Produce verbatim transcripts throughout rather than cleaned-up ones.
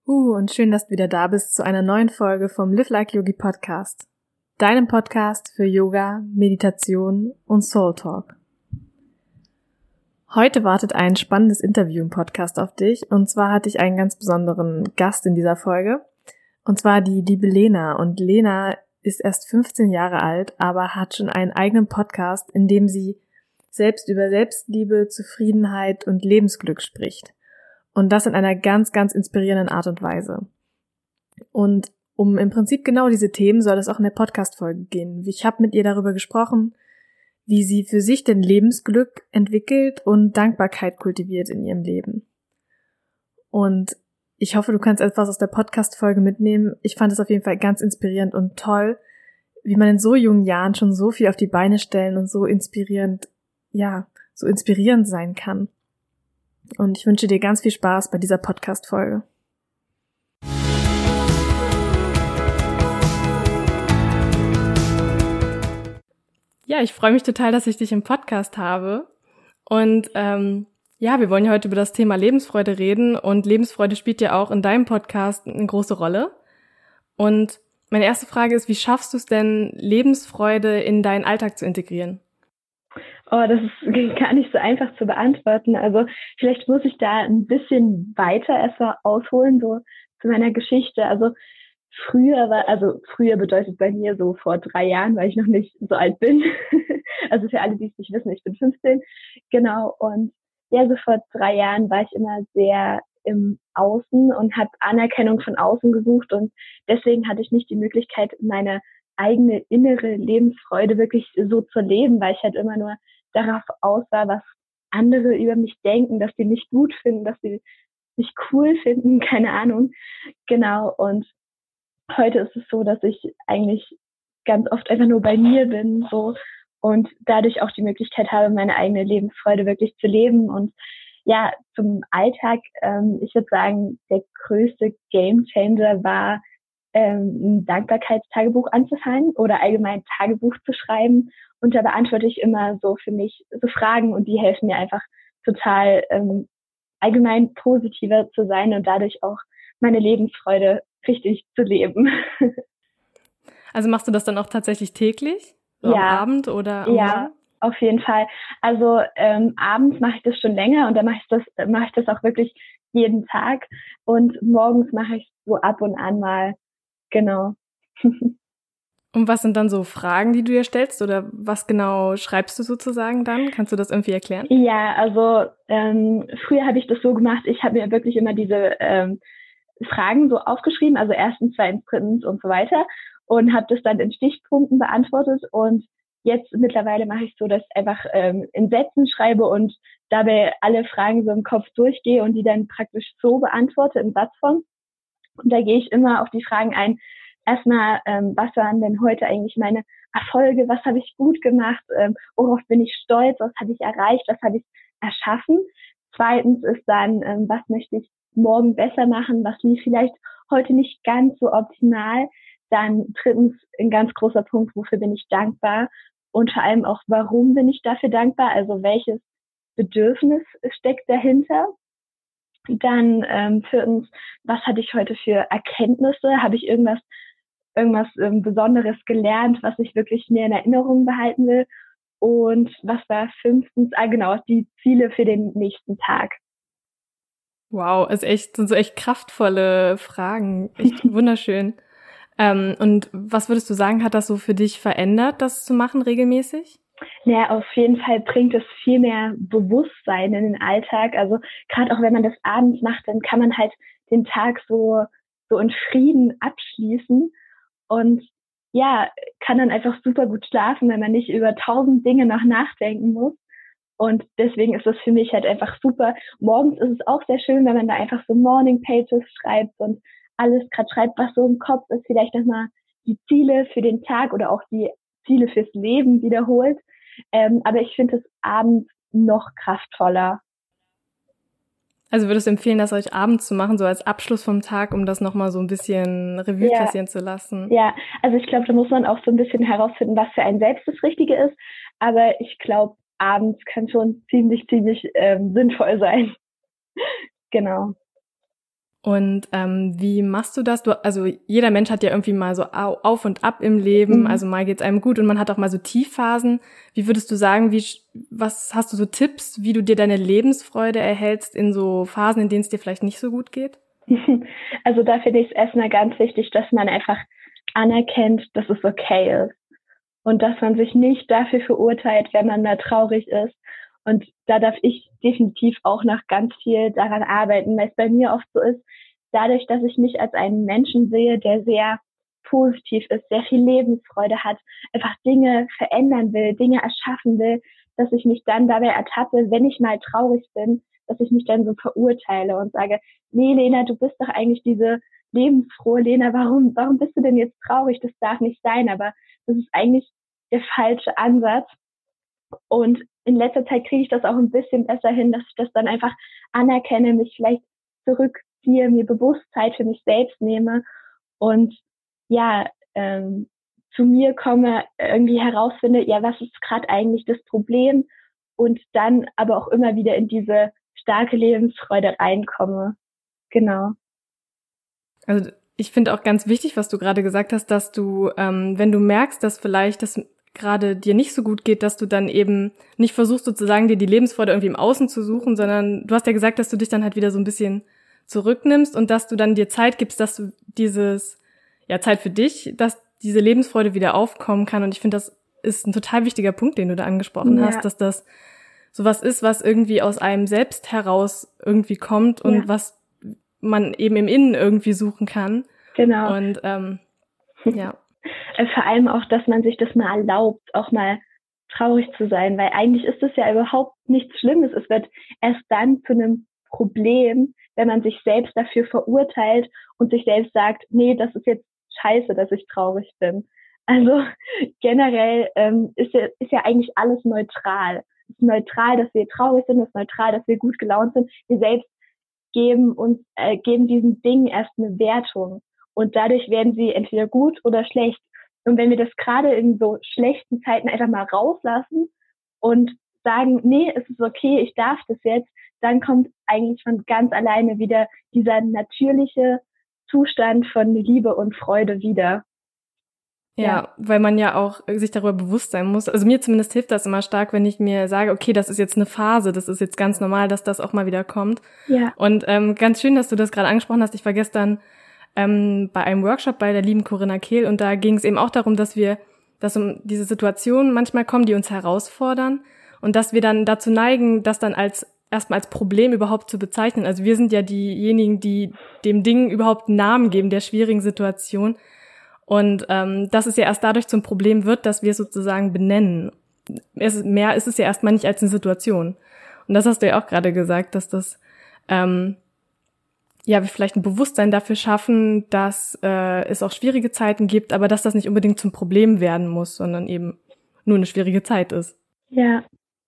Uh, und schön, dass du wieder da bist zu einer neuen Folge vom Live Like Yogi Podcast. Deinem Podcast für Yoga, Meditation und Soul Talk. Heute wartet ein spannendes Interview im Podcast auf dich. Und zwar hatte ich einen ganz besonderen Gast in dieser Folge. Und zwar die liebe Lena. Und Lena ist erst fünfzehn Jahre alt, aber hat schon einen eigenen Podcast, in dem sie selbst über Selbstliebe, Zufriedenheit und Lebensglück spricht. Und das in einer ganz, ganz inspirierenden Art und Weise. Und um im Prinzip genau diese Themen soll es auch in der Podcast-Folge gehen. Ich habe mit ihr darüber gesprochen, wie sie für sich denn Lebensglück entwickelt und Dankbarkeit kultiviert in ihrem Leben. Und ich hoffe, du kannst etwas aus der Podcast-Folge mitnehmen. Ich fand es auf jeden Fall ganz inspirierend und toll, wie man in so jungen Jahren schon so viel auf die Beine stellen und so inspirierend, ja, so inspirierend sein kann. Und ich wünsche dir ganz viel Spaß bei dieser Podcast-Folge. Ja, ich freue mich total, dass ich dich im Podcast habe. Und ähm, ja, wir wollen ja heute über das Thema Lebensfreude reden. Und Lebensfreude spielt ja auch in deinem Podcast eine große Rolle. Und meine erste Frage ist, wie schaffst du es denn, Lebensfreude in deinen Alltag zu integrieren? Oh, das ist gar nicht so einfach zu beantworten. Also vielleicht muss ich da ein bisschen weiter erstmal ausholen, so zu meiner Geschichte. Also früher war, also früher bedeutet bei mir so vor drei Jahren, weil ich noch nicht so alt bin. Also für alle, die es nicht wissen, ich bin fünfzehn. Genau. Und ja, so vor drei Jahren war ich immer sehr im Außen und habe Anerkennung von außen gesucht. Und deswegen hatte ich nicht die Möglichkeit, meine eigene innere Lebensfreude wirklich so zu leben, weil ich halt immer nur darauf aus war, was andere über mich denken, dass die mich gut finden, dass die mich cool finden, keine Ahnung. Genau, und heute ist es so, dass ich eigentlich ganz oft einfach nur bei mir bin, so, und dadurch auch die Möglichkeit habe, meine eigene Lebensfreude wirklich zu leben. Und ja, zum Alltag, ähm, ich würde sagen, der größte Gamechanger war, ähm, ein Dankbarkeitstagebuch anzufangen oder allgemein Tagebuch zu schreiben. Und da beantworte ich immer so für mich so Fragen und die helfen mir einfach total ähm, allgemein positiver zu sein und dadurch auch meine Lebensfreude richtig zu leben. Also machst du das dann auch tatsächlich täglich? So Ja, am Abend oder am ja, Morgen? auf jeden Fall. Also ähm, abends mache ich das schon länger und dann mache ich das mache ich das auch wirklich jeden Tag und morgens mache ich so ab und an mal, genau. Und was sind dann so Fragen, die du dir stellst oder was genau schreibst du sozusagen dann? Kannst du das irgendwie erklären? Ja, also ähm, früher habe ich das so gemacht, ich habe mir wirklich immer diese ähm, Fragen so aufgeschrieben, also erstens, zweitens, drittens und so weiter und habe das dann in Stichpunkten beantwortet und jetzt mittlerweile mache ich so, dass ich einfach ähm, in Sätzen schreibe und dabei alle Fragen so im Kopf durchgehe und die dann praktisch so beantworte in Satzform. Und da gehe ich immer auf die Fragen ein. Erstmal, ähm, was waren denn heute eigentlich meine Erfolge? Was habe ich gut gemacht? Ähm, worauf bin ich stolz? Was habe ich erreicht? Was habe ich erschaffen? Zweitens ist dann, ähm, was möchte ich morgen besser machen? Was lief vielleicht heute nicht ganz so optimal? Dann drittens, ein ganz großer Punkt, wofür bin ich dankbar? Und vor allem auch, warum bin ich dafür dankbar? Also welches Bedürfnis steckt dahinter? Dann ähm, viertens, was hatte ich heute für Erkenntnisse? Habe ich irgendwas irgendwas ähm, Besonderes gelernt, was ich wirklich mehr in Erinnerung behalten will? Und was war fünftens? Ah, genau, die Ziele für den nächsten Tag. Wow, ist echt, sind so echt kraftvolle Fragen. Echt wunderschön. ähm, und was würdest du sagen, hat das so für dich verändert, das zu machen regelmäßig? Ja, auf jeden Fall bringt es viel mehr Bewusstsein in den Alltag. Also gerade auch wenn man das abends macht, dann kann man halt den Tag so so in Frieden abschließen und ja, kann dann einfach super gut schlafen, wenn man nicht über tausend Dinge noch nachdenken muss. Und deswegen ist das für mich halt einfach super. Morgens ist es auch sehr schön, wenn man da einfach so Morning Pages schreibt und alles gerade schreibt, was so im Kopf ist, vielleicht nochmal die Ziele für den Tag oder auch die Ziele fürs Leben wiederholt. Ähm, aber ich finde es abends noch kraftvoller. Also würdest du empfehlen, das euch abends zu machen, so als Abschluss vom Tag, um das nochmal so ein bisschen Revue Ja. passieren zu lassen? Ja, also ich glaube, da muss man auch so ein bisschen herausfinden, was für einen selbst das Richtige ist. Aber ich glaube, abends kann schon ziemlich, ziemlich ähm, sinnvoll sein. Genau. Und ähm, wie machst du das? Du, also jeder Mensch hat ja irgendwie mal so Auf und Ab im Leben. Mhm. Also mal geht's einem gut und man hat auch mal so Tiefphasen. Wie würdest du sagen, wie was hast du so Tipps, wie du dir deine Lebensfreude erhältst in so Phasen, in denen es dir vielleicht nicht so gut geht? Also da finde ich es erstmal ganz wichtig, dass man einfach anerkennt, dass es okay ist. Und dass man sich nicht dafür verurteilt, wenn man mal traurig ist. Und da darf ich definitiv auch noch ganz viel daran arbeiten, weil es bei mir oft so ist, dadurch, dass ich mich als einen Menschen sehe, der sehr positiv ist, sehr viel Lebensfreude hat, einfach Dinge verändern will, Dinge erschaffen will, dass ich mich dann dabei ertappe, wenn ich mal traurig bin, dass ich mich dann so verurteile und sage, nee, Lena, du bist doch eigentlich diese lebensfrohe Lena, warum, warum bist du denn jetzt traurig? Das darf nicht sein, aber das ist eigentlich der falsche Ansatz. Und in letzter Zeit kriege ich das auch ein bisschen besser hin, dass ich das dann einfach anerkenne, mich vielleicht zurückziehe, mir bewusst Zeit für mich selbst nehme und ja, ähm, zu mir komme, irgendwie herausfinde, ja, was ist gerade eigentlich das Problem und dann aber auch immer wieder in diese starke Lebensfreude reinkomme. Genau. Also ich finde auch ganz wichtig, was du gerade gesagt hast, dass du, ähm, wenn du merkst, dass vielleicht das gerade dir nicht so gut geht, dass du dann eben nicht versuchst sozusagen dir die Lebensfreude irgendwie im Außen zu suchen, sondern du hast ja gesagt, dass du dich dann halt wieder so ein bisschen zurücknimmst und dass du dann dir Zeit gibst, dass du dieses, ja, Zeit für dich, dass diese Lebensfreude wieder aufkommen kann. Und ich finde, das ist ein total wichtiger Punkt, den du da angesprochen ja. hast, dass das sowas ist, was irgendwie aus einem selbst heraus irgendwie kommt und ja. was man eben im Innen irgendwie suchen kann. Genau. Und ähm, ja. Vor allem auch, dass man sich das mal erlaubt, auch mal traurig zu sein, weil eigentlich ist das ja überhaupt nichts Schlimmes. Es wird erst dann zu einem Problem, wenn man sich selbst dafür verurteilt und sich selbst sagt, nee, das ist jetzt scheiße, dass ich traurig bin. Also generell ähm, ist, ja, ist ja eigentlich alles neutral. Es ist neutral, dass wir traurig sind, es ist neutral, dass wir gut gelaunt sind. Wir selbst geben uns, äh, geben diesen Dingen erst eine Wertung. Und dadurch werden sie entweder gut oder schlecht. Und wenn wir das gerade in so schlechten Zeiten einfach mal rauslassen und sagen, nee, es ist okay, ich darf das jetzt, dann kommt eigentlich von ganz alleine wieder dieser natürliche Zustand von Liebe und Freude wieder. Ja, ja, weil man ja auch sich darüber bewusst sein muss. Also mir zumindest hilft das immer stark, wenn ich mir sage, okay, das ist jetzt eine Phase, das ist jetzt ganz normal, dass das auch mal wieder kommt. Ja. Und ähm, ganz schön, dass du das gerade angesprochen hast. Ich war gestern ähm, bei einem Workshop bei der lieben Corinna Kehl und da ging es eben auch darum, dass wir, dass um diese Situationen manchmal kommen, die uns herausfordern und dass wir dann dazu neigen, das dann als erstmal als Problem überhaupt zu bezeichnen. Also wir sind ja diejenigen, die dem Ding überhaupt einen Namen geben, der schwierigen Situation. Und ähm, dass es ja erst dadurch zum Problem wird, dass wir es sozusagen benennen. Es, mehr ist es ja erstmal nicht als eine Situation. Und das hast du ja auch gerade gesagt, dass das ähm, ja wir vielleicht ein Bewusstsein dafür schaffen, dass äh, es auch schwierige Zeiten gibt, aber dass das nicht unbedingt zum Problem werden muss, sondern eben nur eine schwierige Zeit ist. Ja,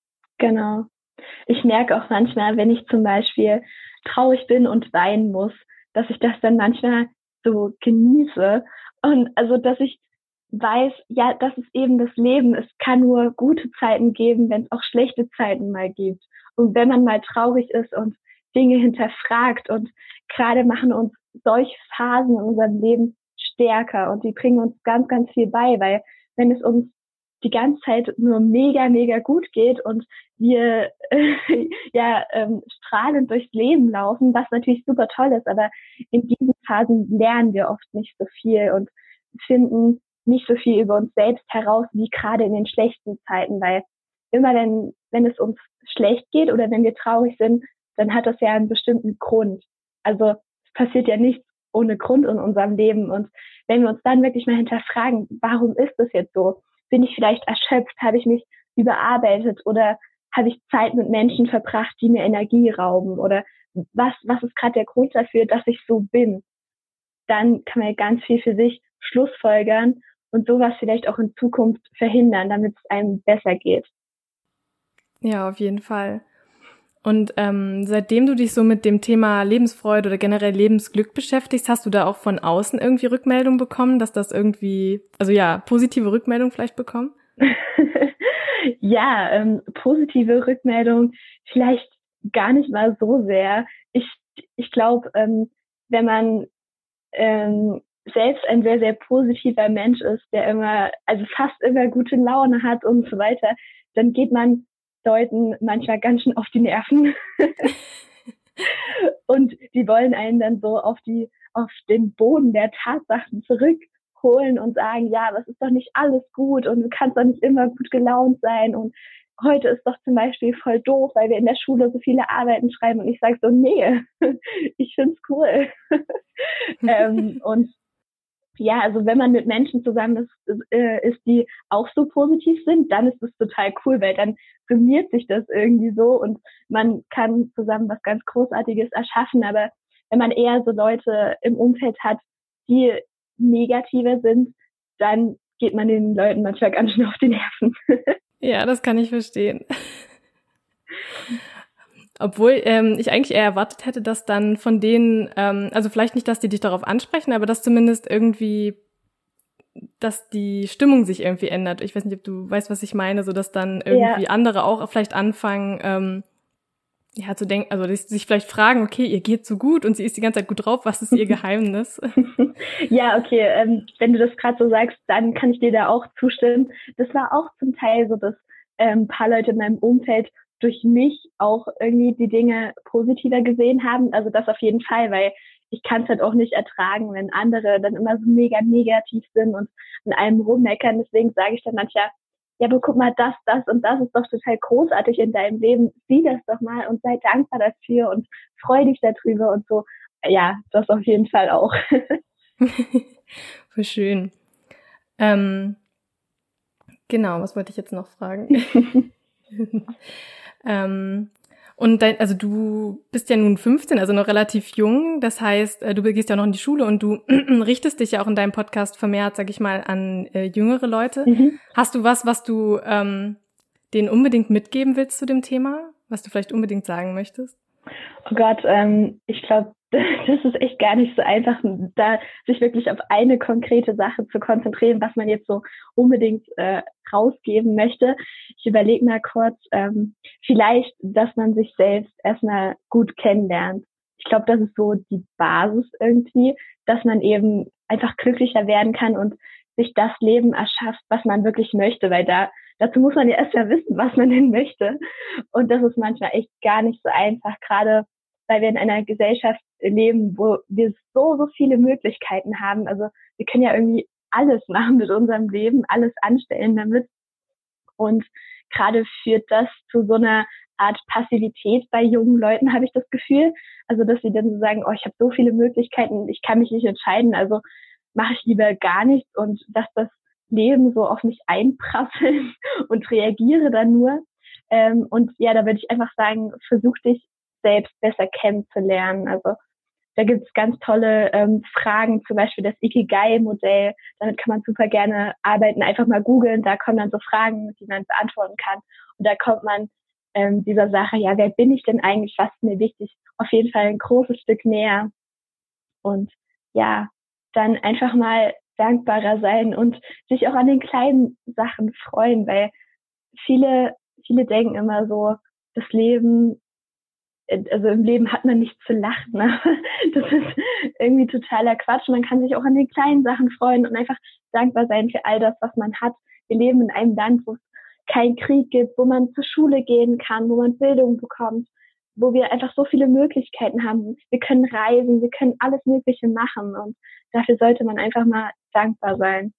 genau. Ich merke auch manchmal, wenn ich zum Beispiel traurig bin und weinen muss, dass ich das dann manchmal so genieße. Und also, dass ich weiß, ja, das ist eben das Leben. Es kann nur gute Zeiten geben, wenn es auch schlechte Zeiten mal gibt. Und wenn man mal traurig ist und Dinge hinterfragt und gerade machen uns solche Phasen in unserem Leben stärker und die bringen uns ganz, ganz viel bei, weil wenn es uns die ganze Zeit nur mega, mega gut geht und wir äh, ja ähm, strahlend durchs Leben laufen, was natürlich super toll ist, aber in diesen Phasen lernen wir oft nicht so viel und finden nicht so viel über uns selbst heraus, wie gerade in den schlechten Zeiten, weil immer wenn, wenn es uns schlecht geht oder wenn wir traurig sind, dann hat das ja einen bestimmten Grund. Also es passiert ja nichts ohne Grund in unserem Leben und wenn wir uns dann wirklich mal hinterfragen, warum ist das jetzt so? Bin ich vielleicht erschöpft? Habe ich mich überarbeitet? Oder habe ich Zeit mit Menschen verbracht, die mir Energie rauben? Oder was, was ist gerade der Grund dafür, dass ich so bin? Dann kann man ja ganz viel für sich schlussfolgern und sowas vielleicht auch in Zukunft verhindern, damit es einem besser geht. Ja, auf jeden Fall. Und ähm, seitdem du dich so mit dem Thema Lebensfreude oder generell Lebensglück beschäftigst, hast du da auch von außen irgendwie Rückmeldung bekommen, dass das irgendwie, also ja, positive Rückmeldung vielleicht bekommen? Ja, ähm, positive Rückmeldung vielleicht gar nicht mal so sehr. Ich ich glaube, ähm, wenn man ähm, selbst ein sehr, sehr positiver Mensch ist, der immer, also fast immer gute Laune hat und so weiter, dann geht man Leuten manchmal ganz schön auf die Nerven. Und die wollen einen dann so auf die, auf den Boden der Tatsachen zurückholen und sagen, ja, aber es ist doch nicht alles gut und du kannst doch nicht immer gut gelaunt sein und heute ist doch zum Beispiel voll doof, weil wir in der Schule so viele Arbeiten schreiben und ich sage so, nee, ich find's cool. ähm, und ja, also wenn man mit Menschen zusammen ist, äh, ist, die auch so positiv sind, dann ist es total cool, weil dann summiert sich das irgendwie so und man kann zusammen was ganz Großartiges erschaffen. Aber wenn man eher so Leute im Umfeld hat, die negativer sind, dann geht man den Leuten manchmal ganz schön auf die Nerven. Ja, das kann ich verstehen. Obwohl ähm, ich eigentlich eher erwartet hätte, dass dann von denen, ähm, also vielleicht nicht, dass die dich darauf ansprechen, aber dass zumindest irgendwie, dass die Stimmung sich irgendwie ändert. Ich weiß nicht, ob du weißt, was ich meine, so dass dann irgendwie ja. andere auch vielleicht anfangen, ähm, ja, zu denken, also sich vielleicht fragen, okay, ihr geht so gut und sie ist die ganze Zeit gut drauf, was ist ihr Geheimnis? Ja, okay, ähm, wenn du das gerade so sagst, dann kann ich dir da auch zustimmen. Das war auch zum Teil so, dass ähm, ein paar Leute in meinem Umfeld durch mich auch irgendwie die Dinge positiver gesehen haben. Also das auf jeden Fall, weil ich kann es halt auch nicht ertragen, wenn andere dann immer so mega negativ sind und an allem rummeckern. Deswegen sage ich dann manchmal, ja, aber guck mal, das, das und das ist doch total großartig in deinem Leben. Sieh das doch mal und sei dankbar dafür und freu dich darüber und so. Ja, das auf jeden Fall auch. Voll schön. Ähm, genau, was wollte ich jetzt noch fragen? ähm, und dein, also du bist ja nun fünfzehn, also noch relativ jung. Das heißt, du gehst ja noch in die Schule und du richtest dich ja auch in deinem Podcast vermehrt, sag ich mal, an äh, jüngere Leute. Mhm. Hast du was, was du ähm, denen unbedingt mitgeben willst zu dem Thema? Was du vielleicht unbedingt sagen möchtest? Oh Gott, ähm, ich glaube, das ist echt gar nicht so einfach, da sich wirklich auf eine konkrete Sache zu konzentrieren, was man jetzt so unbedingt äh, rausgeben möchte. Ich überlege mal kurz, ähm, vielleicht, dass man sich selbst erstmal gut kennenlernt. Ich glaube, das ist so die Basis irgendwie, dass man eben einfach glücklicher werden kann und sich das Leben erschafft, was man wirklich möchte, weil da dazu muss man ja erst ja wissen, was man denn möchte. Und das ist manchmal echt gar nicht so einfach, gerade weil wir in einer Gesellschaft leben, wo wir so, so viele Möglichkeiten haben. Also wir können ja irgendwie alles machen mit unserem Leben, alles anstellen damit. Und gerade führt das zu so einer Art Passivität bei jungen Leuten, habe ich das Gefühl. Also dass sie dann so sagen, oh, ich habe so viele Möglichkeiten, ich kann mich nicht entscheiden, also mache ich lieber gar nichts und dass das Leben so auf mich einprasselt und reagiere dann nur. Ähm, und ja, da würde ich einfach sagen, versuch dich selbst besser kennenzulernen. Also da gibt es ganz tolle ähm, Fragen, zum Beispiel das Ikigai-Modell. Damit kann man super gerne arbeiten. Einfach mal googeln, da kommen dann so Fragen, die man beantworten kann. Und da kommt man ähm, dieser Sache, ja, wer bin ich denn eigentlich, was ist mir wichtig, auf jeden Fall ein großes Stück näher. Und ja, dann einfach mal dankbarer sein und sich auch an den kleinen Sachen freuen, weil viele, viele denken immer so, das Leben, also im Leben hat man nichts zu lachen. Ne? Das ist irgendwie totaler Quatsch. Man kann sich auch an den kleinen Sachen freuen und einfach dankbar sein für all das, was man hat. Wir leben in einem Land, wo es keinen Krieg gibt, wo man zur Schule gehen kann, wo man Bildung bekommt, wo wir einfach so viele Möglichkeiten haben. Wir können reisen, wir können alles Mögliche machen und dafür sollte man einfach mal dankbar sein.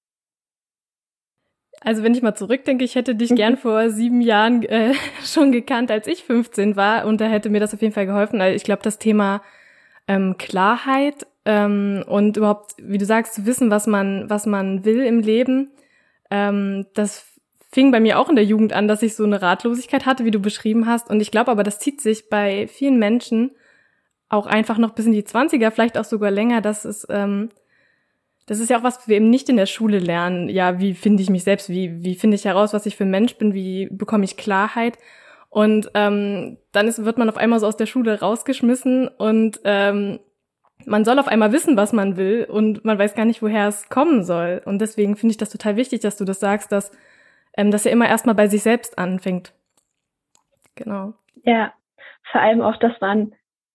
Also wenn ich mal zurückdenke, ich hätte dich gern vor sieben Jahren äh, schon gekannt, als ich fünfzehn war und da hätte mir das auf jeden Fall geholfen. Also ich glaube, das Thema ähm, Klarheit ähm, und überhaupt, wie du sagst, zu wissen, was man was man will im Leben, ähm, das fing bei mir auch in der Jugend an, dass ich so eine Ratlosigkeit hatte, wie du beschrieben hast. Und ich glaube aber, das zieht sich bei vielen Menschen auch einfach noch bis in die Zwanziger, vielleicht auch sogar länger, dass es ähm, das ist ja auch was, was wir eben nicht in der Schule lernen. Ja, wie finde ich mich selbst? Wie wie finde ich heraus, was ich für ein Mensch bin? Wie bekomme ich Klarheit? Und ähm, dann ist, wird man auf einmal so aus der Schule rausgeschmissen und ähm, man soll auf einmal wissen, was man will und man weiß gar nicht, woher es kommen soll. Und deswegen finde ich das total wichtig, dass du das sagst, dass ähm, das ja immer erstmal bei sich selbst anfängt. Genau. Ja, vor allem auch, dass man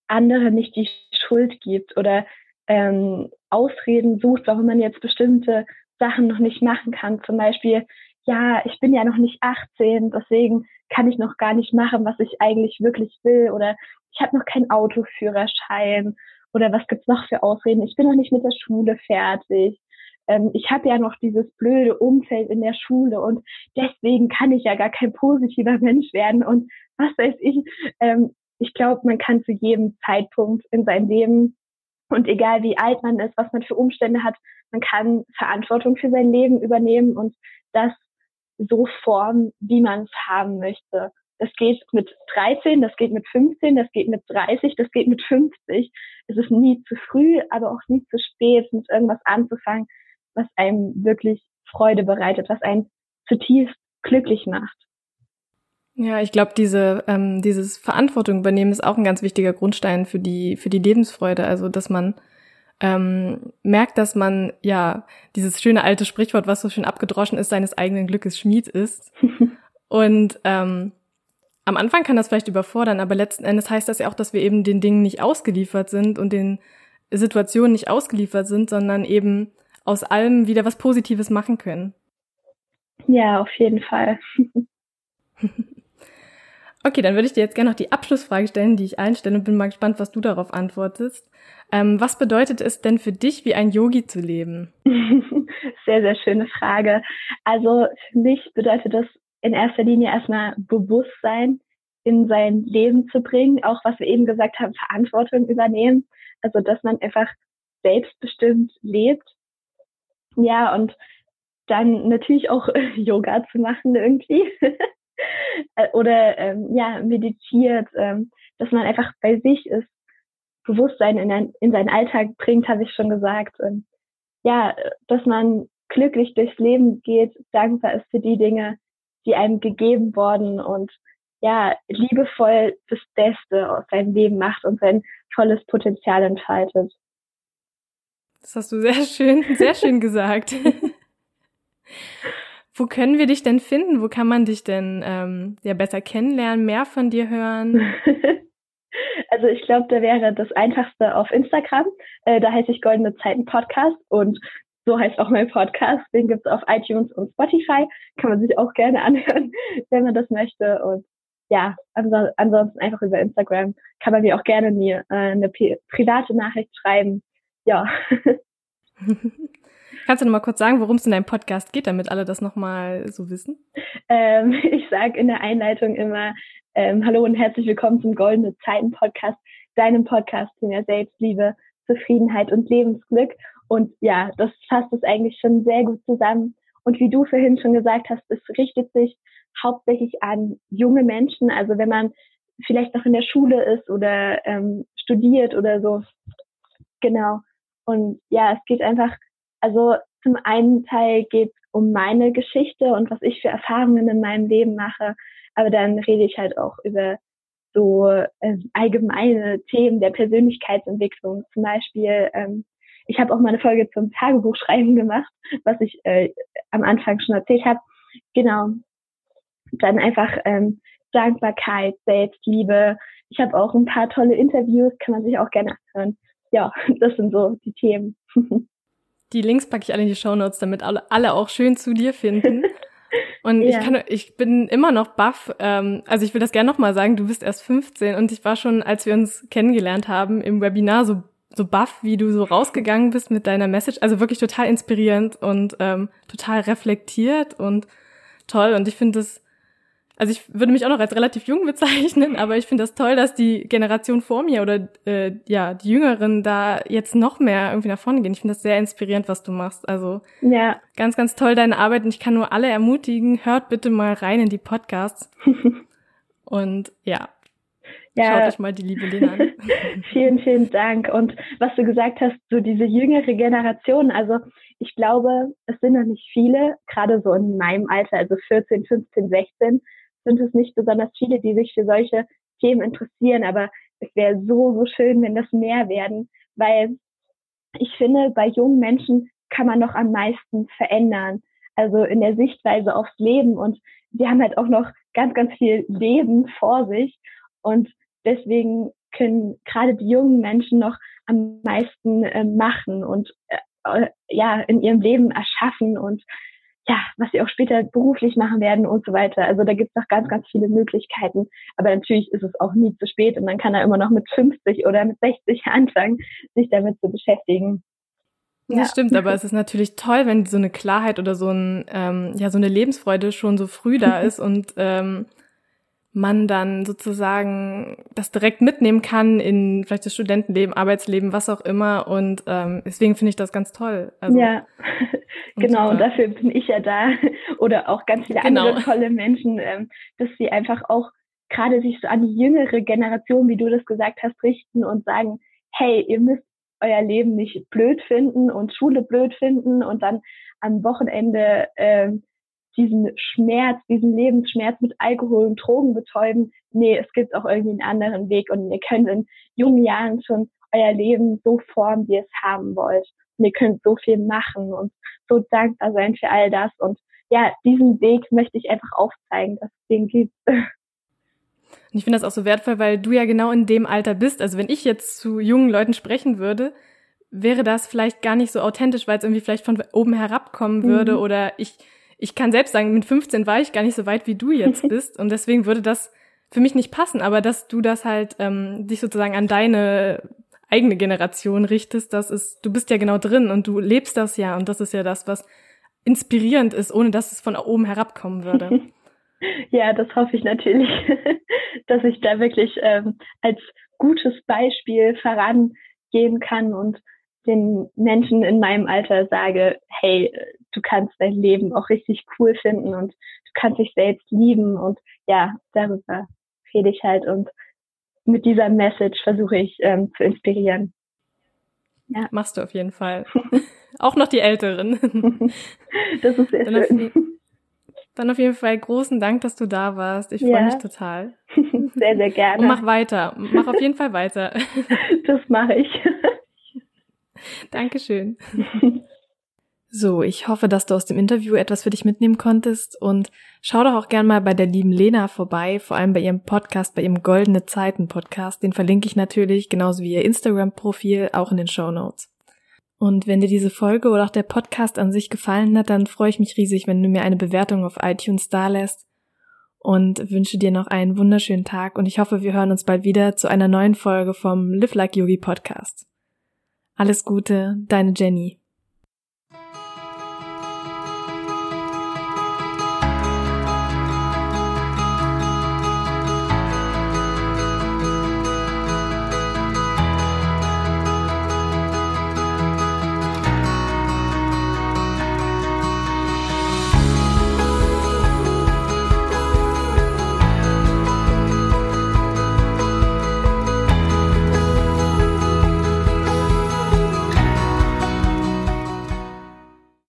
andere nicht die Schuld gibt oder ähm, Ausreden sucht, warum man jetzt bestimmte Sachen noch nicht machen kann. Zum Beispiel, ja, ich bin ja noch nicht achtzehn, deswegen kann ich noch gar nicht machen, was ich eigentlich wirklich will. Oder ich habe noch keinen Autoführerschein. Oder was gibt's noch für Ausreden? Ich bin noch nicht mit der Schule fertig. Ähm, ich habe ja noch dieses blöde Umfeld in der Schule und deswegen kann ich ja gar kein positiver Mensch werden. Und was weiß ich, ähm, ich glaube, man kann zu jedem Zeitpunkt in seinem Leben und egal wie alt man ist, was man für Umstände hat, man kann Verantwortung für sein Leben übernehmen und das so formen, wie man es haben möchte. Das geht mit dreizehn, das geht mit fünfzehn, das geht mit dreißig, das geht mit fünfzig. Es ist nie zu früh, aber auch nie zu spät, mit irgendwas anzufangen, was einem wirklich Freude bereitet, was einen zutiefst glücklich macht. Ja, ich glaube, diese ähm, dieses Verantwortung übernehmen ist auch ein ganz wichtiger Grundstein für die für die Lebensfreude. Also, dass man ähm, merkt, dass man ja dieses schöne alte Sprichwort, was so schön abgedroschen ist, seines eigenen Glückes Schmied ist. Und ähm, am Anfang kann das vielleicht überfordern, aber letzten Endes heißt das ja auch, dass wir eben den Dingen nicht ausgeliefert sind und den Situationen nicht ausgeliefert sind, sondern eben aus allem wieder was Positives machen können. Ja, auf jeden Fall. Okay, dann würde ich dir jetzt gerne noch die Abschlussfrage stellen, die ich allen stelle und bin mal gespannt, was du darauf antwortest. Ähm, was bedeutet es denn für dich, wie ein Yogi zu leben? Sehr, sehr schöne Frage. Also für mich bedeutet das in erster Linie erstmal Bewusstsein in sein Leben zu bringen, auch was wir eben gesagt haben, Verantwortung übernehmen. Also dass man einfach selbstbestimmt lebt. Ja, und dann natürlich auch Yoga zu machen irgendwie. Oder ähm, ja, meditiert, ähm, dass man einfach bei sich ist, Bewusstsein in, ein, in seinen Alltag bringt, habe ich schon gesagt. Und ja, dass man glücklich durchs Leben geht, dankbar ist für die Dinge, die einem gegeben wurden und ja, liebevoll das Beste aus seinem Leben macht und sein volles Potenzial entfaltet. Das hast du sehr schön, sehr schön gesagt. Wo können wir dich denn finden? Wo kann man dich denn ähm, ja besser kennenlernen, mehr von dir hören? Also ich glaube, da wäre das Einfachste auf Instagram. Äh, da heiße ich Goldene Zeiten Podcast und so heißt auch mein Podcast. Den gibt's auf iTunes und Spotify. Kann man sich auch gerne anhören, wenn man das möchte. Und ja, ansonsten, ansonsten einfach über Instagram kann man mir auch gerne mir äh, eine p- private Nachricht schreiben. Ja. Kannst du noch mal kurz sagen, worum es in deinem Podcast geht, damit alle das noch mal so wissen? Ähm, ich sage in der Einleitung immer ähm, Hallo und herzlich willkommen zum Goldene Zeiten Podcast, deinem Podcast zu mehr Selbstliebe, Zufriedenheit und Lebensglück. Und ja, das fasst es eigentlich schon sehr gut zusammen. Und wie du vorhin schon gesagt hast, es richtet sich hauptsächlich an junge Menschen. Also wenn man vielleicht noch in der Schule ist oder ähm, studiert oder so. Genau. Und ja, es geht einfach, also zum einen Teil geht es um meine Geschichte und was ich für Erfahrungen in meinem Leben mache. Aber dann rede ich halt auch über so äh, allgemeine Themen der Persönlichkeitsentwicklung. Zum Beispiel, ähm, ich habe auch mal eine Folge zum Tagebuchschreiben gemacht, was ich äh, am Anfang schon erzählt habe. Genau. Dann einfach ähm, Dankbarkeit, Selbstliebe. Ich habe auch ein paar tolle Interviews, kann man sich auch gerne anhören. Ja, das sind so die Themen. Die Links packe ich alle in die Shownotes, damit alle, alle auch schön zu dir finden. Und ja. ich kann, ich bin immer noch baff. Ähm, also ich will das gerne nochmal sagen, du bist erst fünfzehn und ich war schon, als wir uns kennengelernt haben im Webinar, so so baff, wie du so rausgegangen bist mit deiner Message. Also wirklich total inspirierend und ähm, total reflektiert und toll. Und ich finde das, also ich würde mich auch noch als relativ jung bezeichnen, aber ich finde das toll, dass die Generation vor mir oder äh, ja die Jüngeren da jetzt noch mehr irgendwie nach vorne gehen. Ich finde das sehr inspirierend, was du machst. Also ja, ganz, ganz toll deine Arbeit und ich kann nur alle ermutigen, hört bitte mal rein in die Podcasts. Und ja, ja, schaut euch mal die liebe Lena an. Vielen, vielen Dank. Und was du gesagt hast, so diese jüngere Generation, also ich glaube, es sind noch nicht viele, gerade so in meinem Alter, also vierzehn, fünfzehn, sechzehn, sind es nicht besonders viele, die sich für solche Themen interessieren, aber es wäre so, so schön, wenn das mehr werden, weil ich finde, bei jungen Menschen kann man noch am meisten verändern, also in der Sichtweise aufs Leben und die haben halt auch noch ganz, ganz viel Leben vor sich und deswegen können gerade die jungen Menschen noch am meisten äh, machen und äh, ja in ihrem Leben erschaffen und ja, was sie auch später beruflich machen werden und so weiter. Also da gibt es noch ganz, ganz viele Möglichkeiten. Aber natürlich ist es auch nie zu spät und man kann da immer noch mit fünfzig oder mit sechzig anfangen, sich damit zu beschäftigen. Ja. Das stimmt, aber es ist natürlich toll, wenn so eine Klarheit oder so ein ähm, ja so eine Lebensfreude schon so früh da ist und ähm, man dann sozusagen das direkt mitnehmen kann in vielleicht das Studentenleben, Arbeitsleben, was auch immer. Und ähm, deswegen finde ich das ganz toll. Also, ja, genau. Und dafür bin ich ja da oder auch ganz viele genau. andere tolle Menschen, ähm, dass sie einfach auch gerade sich so an die jüngere Generation, wie du das gesagt hast, richten und sagen, hey, ihr müsst euer Leben nicht blöd finden und Schule blöd finden und dann am Wochenende ähm, diesen Schmerz, diesen Lebensschmerz mit Alkohol und Drogen betäuben. Nee, es gibt auch irgendwie einen anderen Weg und ihr könnt in jungen Jahren schon euer Leben so formen, wie ihr es haben wollt. Und ihr könnt so viel machen und so dankbar sein für all das. Und ja, diesen Weg möchte ich einfach aufzeigen, dass es den gibt. Und ich finde das auch so wertvoll, weil du ja genau in dem Alter bist. Also wenn ich jetzt zu jungen Leuten sprechen würde, wäre das vielleicht gar nicht so authentisch, weil es irgendwie vielleicht von oben herabkommen würde mhm. oder ich Ich kann selbst sagen, mit fünfzehn war ich gar nicht so weit, wie du jetzt bist. Und deswegen würde das für mich nicht passen. Aber dass du das halt ähm, dich sozusagen an deine eigene Generation richtest, das ist, du bist ja genau drin und du lebst das ja. Und das ist ja das, was inspirierend ist, ohne dass es von oben herabkommen würde. Ja, das hoffe ich natürlich, dass ich da wirklich ähm, als gutes Beispiel vorangehen kann und den Menschen in meinem Alter sage, hey, du kannst dein Leben auch richtig cool finden und du kannst dich selbst lieben und ja, darüber rede ich halt und mit dieser Message versuche ich ähm, zu inspirieren. Ja. Machst du auf jeden Fall. Auch noch die Älteren. Das ist sehr dann schön. Auf, dann auf jeden Fall großen Dank, dass du da warst. Ich ja. freue mich total. Sehr, sehr gerne. Und mach weiter. Mach auf jeden Fall weiter. Das mache ich. Dankeschön. So, ich hoffe, dass du aus dem Interview etwas für dich mitnehmen konntest und schau doch auch gern mal bei der lieben Lena vorbei, vor allem bei ihrem Podcast, bei ihrem Goldene Zeiten Podcast. Den verlinke ich natürlich, genauso wie ihr Instagram-Profil, auch in den Shownotes. Und wenn dir diese Folge oder auch der Podcast an sich gefallen hat, dann freue ich mich riesig, wenn du mir eine Bewertung auf iTunes dalässt und wünsche dir noch einen wunderschönen Tag und ich hoffe, wir hören uns bald wieder zu einer neuen Folge vom Live Like Yogi Podcast. Alles Gute, deine Jenny.